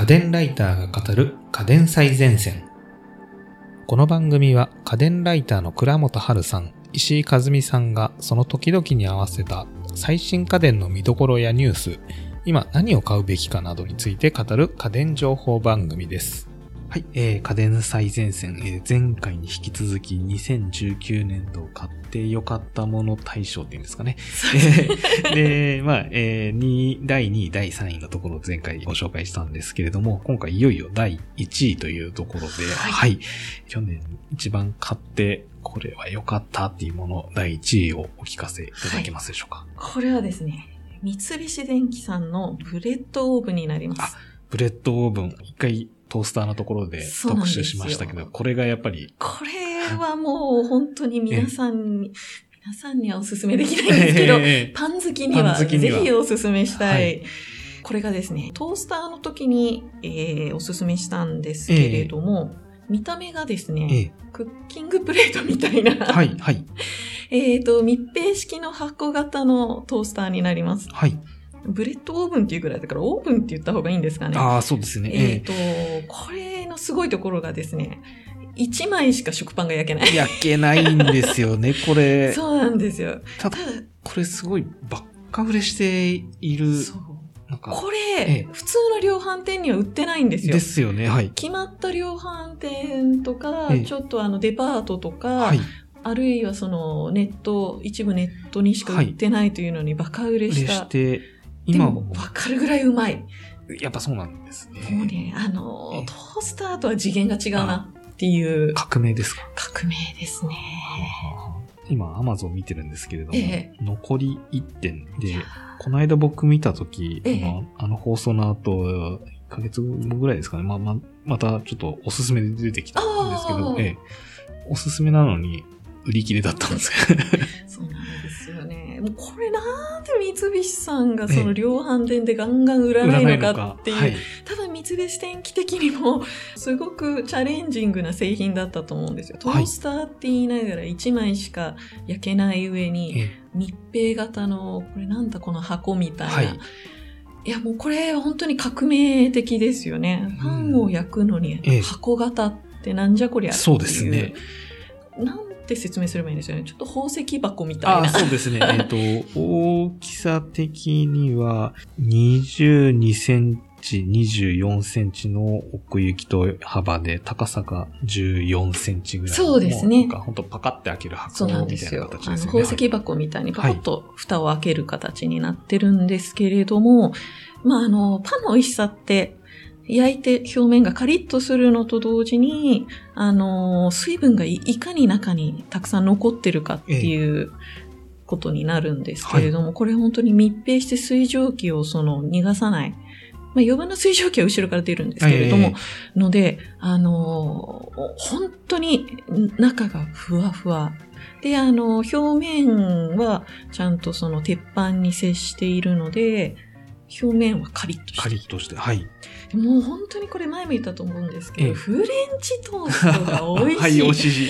家電ライターが語る家電最前線。この番組は家電ライターの倉本春さん、石井和美さんがその時々に合わせた最新家電の見どころやニュース、今何を買うべきかなどについて語る家電情報番組です。はい、家電最前線、前回に引き続き2019年度買って良かったもの大賞っていうんですかね。で、第2位、第3位のところを前回ご紹介したんですけれども、今回いよいよ第1位というところで、はい、去年一番買ってこれは良かったっていうもの、第1位をお聞かせいただけますでしょうか。 これはですね、三菱電機さんのブレッドオーブンになります。 ブレッドオーブン、一回トースターのところで特集しましたけど、これがやっぱり。これはもう本当に皆さんにはおすすめできないんですけど、パン好きにはぜひおすすめしたい。はい、これがですね、トースターの時に、おすすめしたんですけれども、見た目がですね、クッキングプレートみたいな、 はいはい、 密閉式の箱型のトースターになります。 はい。 ブレッドオーブンっていうぐらいだからオーブンって言った方がいいんですかね。 ああ、そうですね。 これのすごいところがですね、1枚しか食パンが焼けない。 焼けないんですよね、これ。 そうなんですよ。 ただ、これすごいばっか売れしている。 そう。これ、普通の量販店には売ってないんですよ。 ですよね、はい。 決まった量販店とか、ちょっとデパートとか、 はい、 あるいはその一部ネットにしか売ってないというのにバカ売れした。今でも分かるぐらいうまい。 やっぱそうなんですね。 もうね、トースターとは次元が違うなっていう。 革命ですか？ 革命ですね。 今、Amazon 見てるん後でも、残り1点で、この間僕見たとき、放送の後、1ヶ月後ぐらいですかね。またちょっとおすすめで出てきたんですけど、おすすめなのに売り切れだったんですよ。 そうなんですよね。もうこれなんで三菱さんがその量販店でガンガン売らないのかっていう、多分三菱電機的にもすごくチャレンジングな製品だったと思うんですよ。トースターって言いながら1枚しか焼けない上に、密閉型の、これなんだこの箱みたいな。いやもうこれ本当に革命的ですよね。パンを焼くのに箱型ってなんじゃこりゃっていう。 そうですね。 なんて説明すればいいんですよね。ちょっと宝石箱みたいな。 そうですね。大きさ的には22センチ、24センチの奥行きと幅で、高さが14センチぐらい。 そうですね。 なんか本当パカって開ける箱みたいな形ですよね。 宝石箱みたいにパカッと蓋を開ける形になってるんですけれども、パンの美味しさって、焼いて表面がカリッとするのと同時に、水分がいかに中にたくさん残ってるかっていうことになるんですけれども、これ本当に密閉して水蒸気を逃がさない。余分な水蒸気は後ろから出るんですけれども、ので、本当に中がふわふわ。で、表面はちゃんと鉄板に接しているので、表面はカリッとして。 カリッとして、はい。 もう本当にこれ前も言ったと思うんですけど、フレンチトーストが美味しい。 はい、美味しい。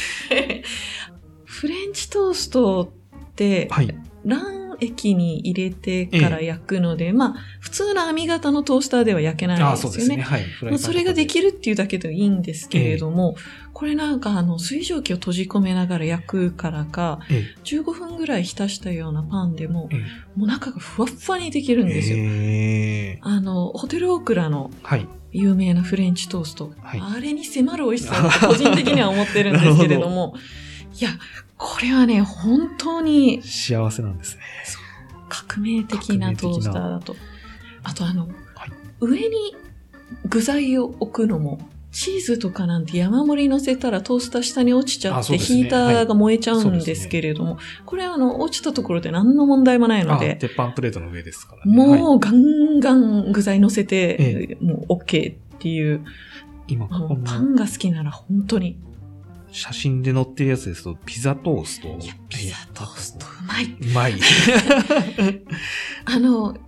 フレンチトーストって、卵液に入れてから焼くので、普通の網型のトースターでは焼けないんですよね。そうですね。はい。それができるっていうだけでいいんですけれども、これなんか水蒸気を閉じ込めながら焼くからか、15分ぐらい浸したようなパンでも、もう中がふわっふわにできるんですよ。ホテルオークラの有名なフレンチトースト、あれに迫る美味しさだと個人的には思ってるんですけれども、いや、これはね、本当に幸せなんですね。 革命的なトースターだと。あと上に具材を置くのも、チーズとかなんて山盛り乗せたらトースター下に落ちちゃって、ヒーターが燃えちゃうんですけれども、これは落ちたところで何の問題もないので。 鉄板プレートの上ですからね。 もうガンガン具材乗せて、もう OK っていう。 今ここパンが好きなら本当に。 写真で載ってるやつですと、ピザトースト。 いや、ピザトーストうまい。 うまい。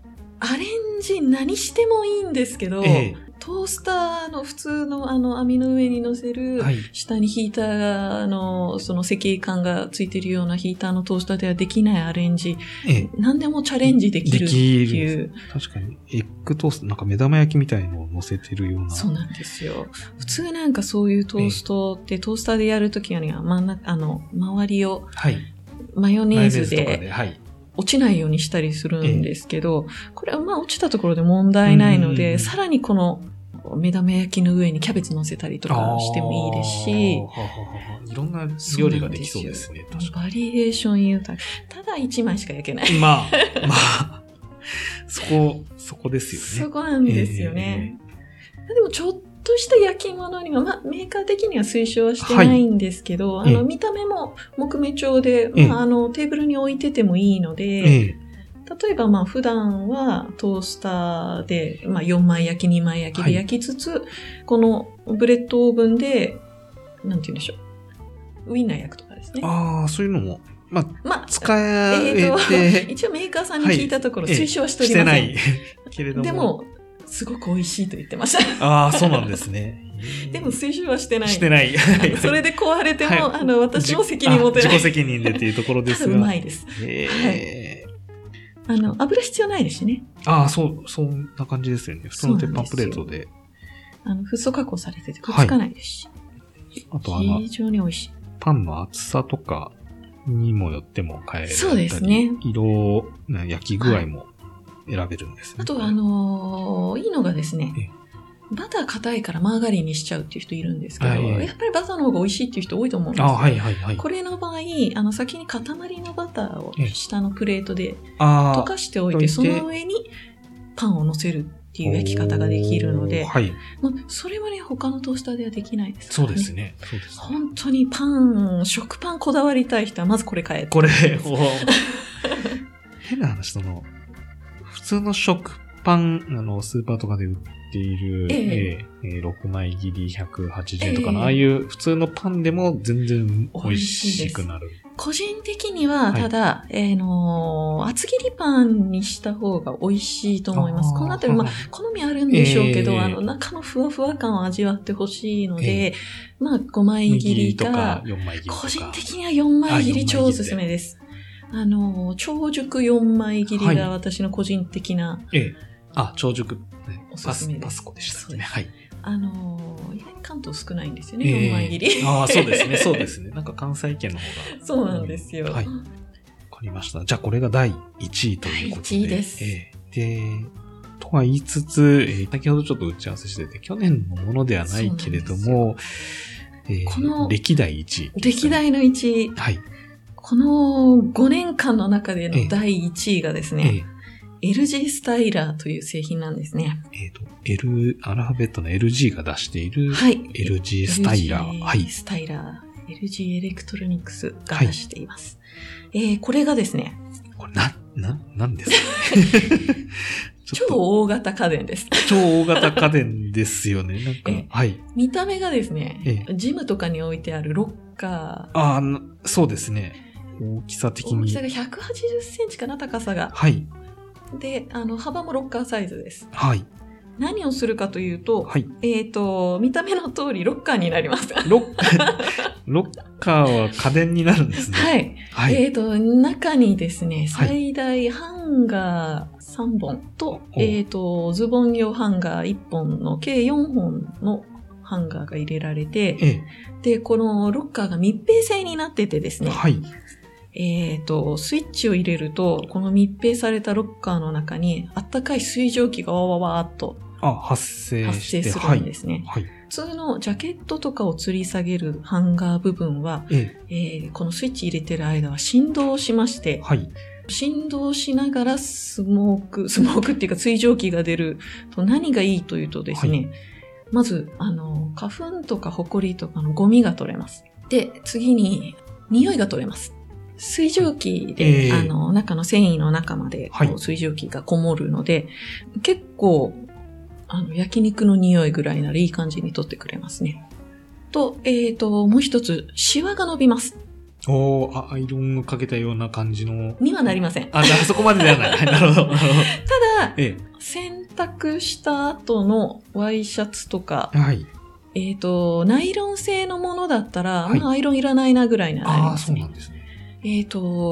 アレンジ何してもいいんですけど、トースターの普通の網の上に乗せる、下にヒーターのその赤管がついてるようなヒーターのトースターではできないアレンジ、何でもチャレンジできるっていう。 確かに。エッグトースト、なんか目玉焼きみたいのを乗せてるような。 そうなんですよ。普通なんかそういうトーストってトースターでやるときは真ん中、周りを、マヨネーズで、落ちないようにしたりするんですけど、これはまあ落ちたところで問題ないので、さらにこの目玉焼きの上にキャベツ乗せたりとかしてもいいですし、 いろんな料理ができそうですね。 確かにバリエーション豊か。ただ1枚しか焼けない。 まあ、そこですよね。 そこなんですよね。でもちょっとした焼き物には、まあ、メーカー的には推奨はしてないんですけど、見た目も木目調で、まあ、テーブルに置いててもいいので、例えば、まあ、普段はトースターで、まあ、4枚焼き、2枚焼きで焼きつつ、このブレッドオーブンで、なんて言うんでしょう。ウインナー焼くとかですね。 ああ、そういうのも、まあ、使えて、 一応メーカーさんに聞いたところ、推奨はしておりません。 してない。けれども。 でも、すごく美味しいと言ってました。 ああ、そうなんですね。 でも推奨はしてない。 してない。 それで壊れても、私も責任持てない。 自己責任でっていうところですが。 うまいです。油必要ないですしね。 ああ、そんな感じですよね。普通の鉄板プレートで。 フッ素加工されててくっつかないですし。 あと非常に美味しい。 パンの厚さとかにもよっても変えられたり。 そうですね。 色、焼き具合も選べるんですね。 あといいのがですね、バター硬いからマーガリンにしちゃうっていう人いるんですけど、やっぱりバターの方が美味しいっていう人多いと思うんですよ。これの場合、先に塊のバターを下のプレートで溶かしておいて、その上にパンを乗せるっていう焼き方ができるので、それもね、他のトースターではできないですからね。 そうですね。 本当に食パンこだわりたい人はまずこれ買えって。 これ、変な話、普通の食パン、スーパーとかで売っている、6枚切り180円とかの、ああいう普通のパンでも全然美味しくなる。 個人的には、ただ、厚切りパンにした方が美味しいと思います。このあたり、まあ、好みあるんでしょうけど、中のふわふわ感を味わってほしいので、まあ、5枚切りか、個人的には4枚切り超おすすめです。超熟4枚切りが私の個人的な、 超熟、 おすすめです。 パスコでしたね。はい。 意外に関東少ないんですよね、4枚切り。 そうですね、そうですね。なんか関西圏の方が。 そうなんですよ。 はい。わかりました。じゃあこれが第1位ということで。 第1位です。 とは言いつつ、先ほどちょっと打ち合わせしてて、去年のものではないけれども、この歴代1位。 歴代の1位。はい。この5年間の中での第1位がですね、LG スタイラーという製品なんですね。 アルファベットの LG が出している、LG スタイラー。 LG スタイラー。LG エレクトロニクスが出しています。これがですね。 これなんですか超大型家電です。 超大型家電ですよね。なんか、 見た目がですね、ジムとかに置いてあるロッカー。そうですね。大きさ的に。 大きさが180センチかな、高さが。 はい。 で、幅もロッカーサイズです。 はい。 何をするかというと、見た目の通りロッカーになります。 ロッカーは家電になるんですね。 はい。中にですね、最大ハンガー3本と、ズボン用ハンガー1本の計4本のハンガーが入れられて、で、このロッカーが密閉性になっててですね、 はい。 スイッチを入れると、この密閉されたロッカーの中に、あったかい水蒸気がわわーっと発生するんですね。普通のジャケットとかを吊り下げるハンガー部分は、このスイッチ入れてる間は振動しまして、振動しながらスモークっていうか水蒸気が出ると何がいいというとですね、まず、花粉とかホコリとかのゴミが取れます。で、次に、匂いが取れます。水蒸気で、中の繊維の中まで水蒸気がこもるので、結構、焼肉の匂いぐらいならいい感じに取ってくれますね。と、もう一つ、シワが伸びます。 アイロンをかけたような感じの。 にはなりません。 そこまでではない。なるほど。 ただ、洗濯した後のワイシャツとか、 はい。 ナイロン製のものだったら、 はいアイロンいらないなぐらいになりますね。 そうなんですね。 綿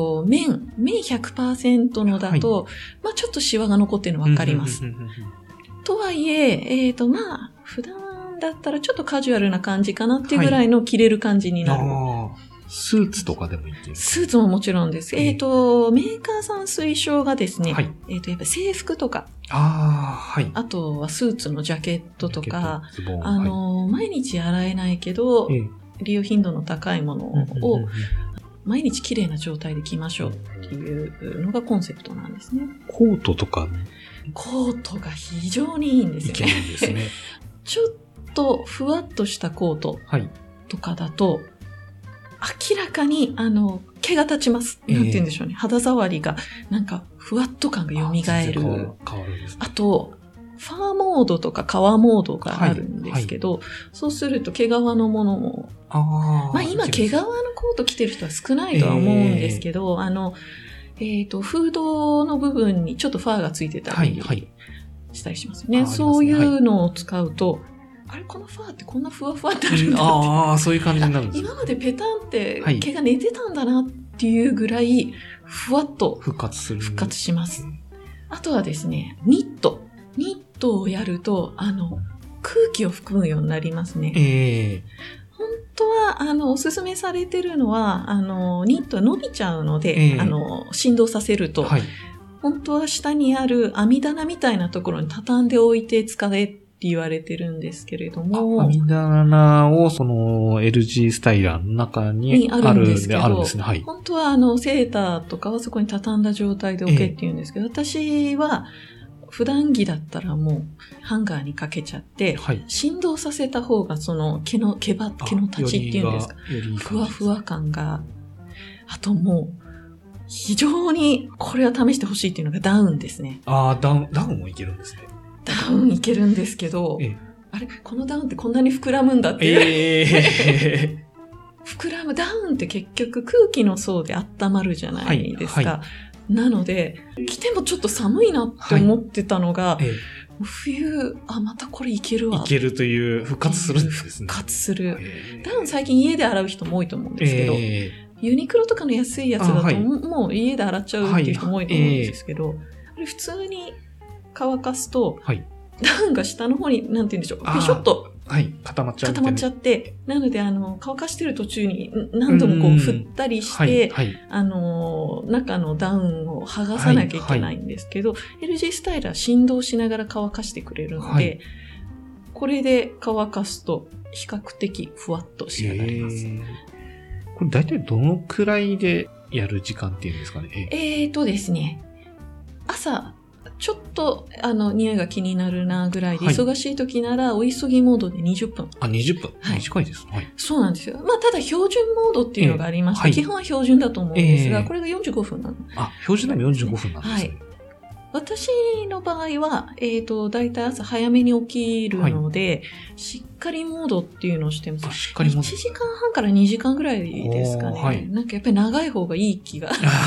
100% のだと、ちょっとシワが残ってるの分かります。とはいえ、普段だったらちょっとカジュアルな感じかなっていうぐらいの着れる感じになる。 スーツとかでもいいっていうスーツももちろんです。メーカーさん推奨がですね、 はいやっぱ制服とか、 はい。 あとはスーツのジャケットとか、 ズボン毎日洗えないけど、利用頻度の高いものを毎日綺麗な状態で着ましょうっていうのがコンセプトなんですね。 コートとかコートが非常にいいんですよね。 いけるんですね。 ちょっとふわっとしたコートとかだと、明らかに毛が立ちます。なんて言うんでしょうね。肌触りがなんかふわっと感が蘇る。 変わるんですね。 あと、ファーモードとか革モードがあるんですけど、そうすると毛皮のものも、今毛皮のコート着てる人は少ないとは思うんですけど、フードの部分にちょっとファーがついてたりしたりしますよね。そういうのを使うと、このファーってこんなふわふわってあるんだって。 そういう感じになるんですね。 今までペタンって毛が寝てたんだなっていうぐらい、ふわっと復活します。あとはですね、ニットをやると、空気を含むようになりますね。本当は、おすすめされてるのは、ニットは伸びちゃうので、振動させると、本当は下にある網棚みたいなところに畳んでおいて使えって言われてるんですけれども。 網棚をその LG スタイラーの中にあるんですけど、 本当はセーターとかはそこに畳んだ状態で置けって言うんですけど、私は、普段着だったらもうハンガーにかけちゃって、振動させた方がその毛の立ちっていうんですか、ふわふわ感が、あともう非常にこれは試してほしいっていうのがダウンですね。 ダウンもいけるんですね。 ダウンいけるんですけど、このダウンってこんなに膨らむんだっていう。膨らむダウンって結局空気の層で温まるじゃないですか。なので、着てもちょっと寒いなって思ってたのが、冬、またこれいけるわ。 いけるという、復活するんですね。 復活する。ダウン最近家で洗う人も多いと思うんですけど、ユニクロとかの安いやつだと、もう家で洗っちゃうっていう人も多いと思うんですけど、普通に乾かすと、ダウンが下の方に、なんて言うんでしょう、ペショッと。 固まっちゃって。 なので、乾かしてる途中に何度もこう振ったりして、中のダウンを剥がさなきゃいけないんですけど、LG スタイルは振動しながら乾かしてくれるので、これで乾かすと比較的ふわっと仕上がります。 これ大体どのくらいでやる時間っていうんですかね。 ですね、朝、ちょっと、匂いが気になるなぐらいで、忙しい時なら、お急ぎモードで20分。 20分。短いです。 そうなんですよ。ただ標準モードっていうのがありまして、基本は標準だと思うんですが、これが45分なの。 標準でも45分なんですね。 私の場合は、だいたい朝早めに起きるので、しっかりモードっていうのをしてます。1時間半から2時間ぐらいですかね。なんかやっぱり長い方がいい気が。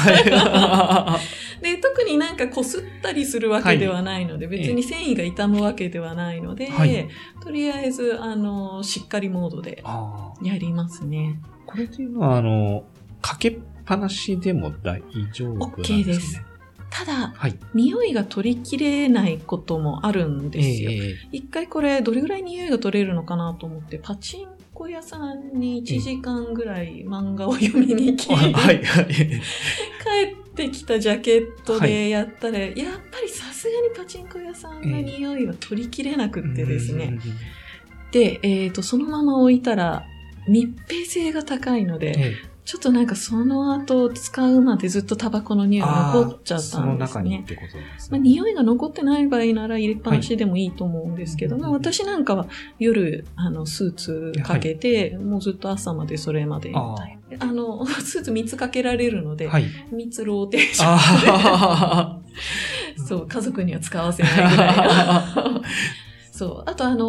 で、特になんか擦ったりするわけではないので、別に繊維が傷むわけではないので、とりあえず、しっかりモードでやりますね。 これっていうのは、かけっぱなしでも大丈夫なんですかね。 OK です。ただ、匂いが取りきれないこともあるんですよ。一回これどれぐらい匂いが取れるのかなと思って、パチンコ屋さんに1時間ぐらい漫画を読みに来て、帰ってきたジャケットでやったら、やっぱりさすがにパチンコ屋さんの匂いは取りきれなくってですね。で、そのまま置いたら密閉性が高いので、ちょっとなんかその後使うまでずっとタバコの匂いが残っちゃったんですね。その中にってことですね。匂いが残ってない場合なら入れっぱなしでもいいと思うんですけども、私なんかは夜スーツかけて、もうずっと朝までそれまでスーツ3つかけられるので、3つローテーションでそう、家族には使わせないぐらいのそう、あと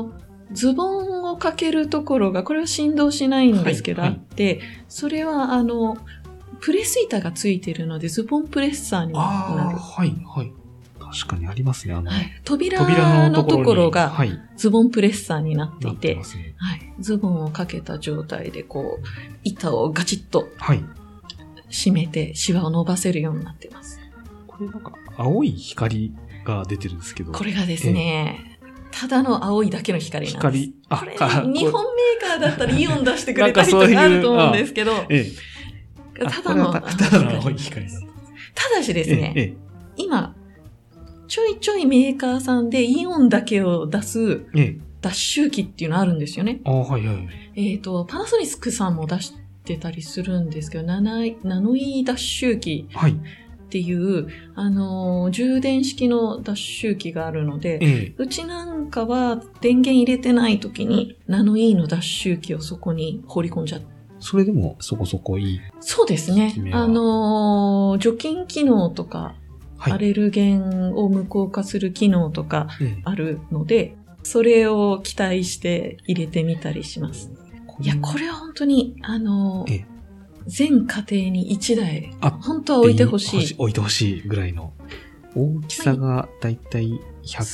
ズボンをかけるところが、これは振動しないんですけど、 はいあって、それはプレス板がついてるので、ズボンプレッサーになる。 はい、はい。確かにありますね。 はい、扉のところがズボンプレッサーになっていて、 ね、 はい、ズボンをかけた状態で板をガチッと締めてシワを伸ばせるようになってます。 これなんか青い光が出てるんですけど。 これがですね、ただの青いだけの光なんです。これ、日本メーカーだったらイオン出してくれたりとかあると思うんですけど、ただの青い光。ただしですね、今、ちょいちょいメーカーさんでイオンだけを出す脱臭機っていうのあるんですよね。 はいはい。 パナソニックさんも出してたりするんですけど、ナノイ脱臭機っていう、充電式の脱臭機があるので、うちなんかは電源入れてない時にナノイの脱臭機をそこに放り込んじゃって。 それでもそこそこいい。 そうですね。除菌機能とか、アレルゲンを無効化する機能とかあるので、それを期待して入れてみたりします。いや、これは本当に、全家庭に1台、本当は置いてほしい。 置いてほしいぐらいの。大きさがだいたい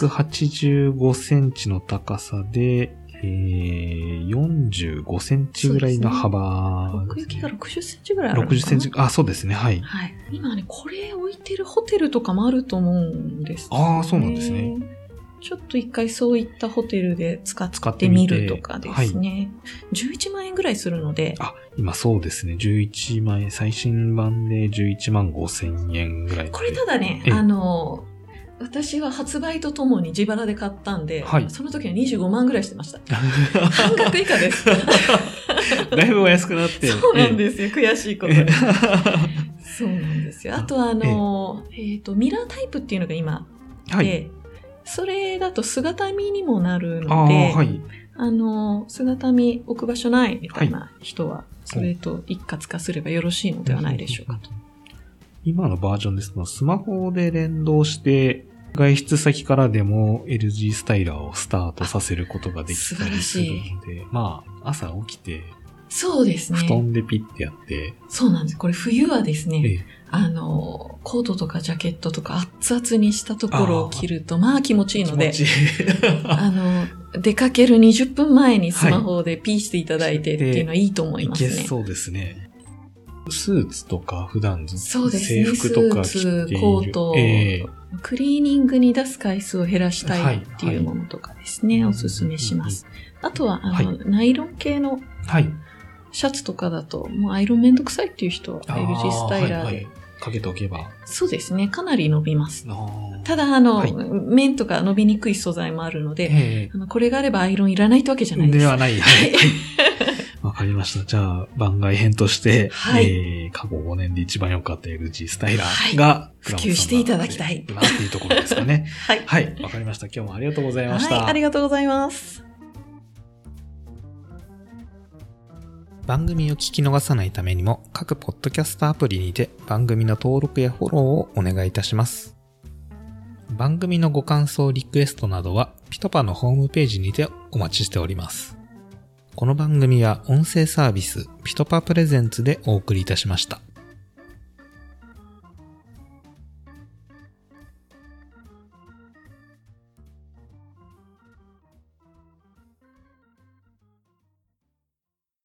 185センチの高さで、45センチぐらいの幅、 奥行きが60センチぐらいあるのかな。 60センチ、そうですね、はい。 はい。今ね、これ置いてるホテルとかもあると思うんです、 ね。そうなんですね。 ちょっと一回そういったホテルで使ってみるとかですね。11万円ぐらいするので。 今そうですね。11万円、最新版で11万5千円ぐらい。 これただね、私は発売とともに自腹で買ったんで、その時は25万ぐらいしてました。半額以下です。 だいぶお安くなって。 そうなんですよ。悔しいことで。そうなんですよ。あとはミラータイプっていうのが今で、それだと姿見にもなるので、姿見置く場所ないみたいな人は、それと一括化すればよろしいのではないでしょうかと。 今のバージョンですと、スマホで連動して、外出先からでも LG スタイラーをスタートさせることができたりするので、朝起きて、 そうですね。 布団でピッてやって。 そうなんです。これ冬はですね、コートとかジャケットとか熱々にしたところを着ると、気持ちいいので、出かける20分前にスマホでピーしていただいてっていうのはいいと思いますね。 いけそうですね。スーツとか普段そうですね、 制服とか着ている。 スーツ、コート、クリーニングに出す回数を減らしたいっていうものとかですね、おすすめします。あとは、ナイロン系のシャツとかだと、もうアイロンめんどくさいっていう人は LG スタイラーで。 かけておけば。 そうですね、かなり伸びます。ただ、面とか伸びにくい素材もあるので、これがあればアイロンいらないってわけじゃないです。 ではない。わかりました。じゃあ、番外編として、過去5年で一番良かった LG スタイラーが、 普及していただきたい。 なっていうところですかね。はい。わかりました。今日もありがとうございました。 ありがとうございます。 番組を聞き逃さないためにも、各ポッドキャストアプリにて番組の登録やフォローをお願いいたします。番組のご感想、リクエストなどは、ピトパのホームページにてお待ちしております。この番組は音声サービスピトパプレゼンツでお送りいたしました。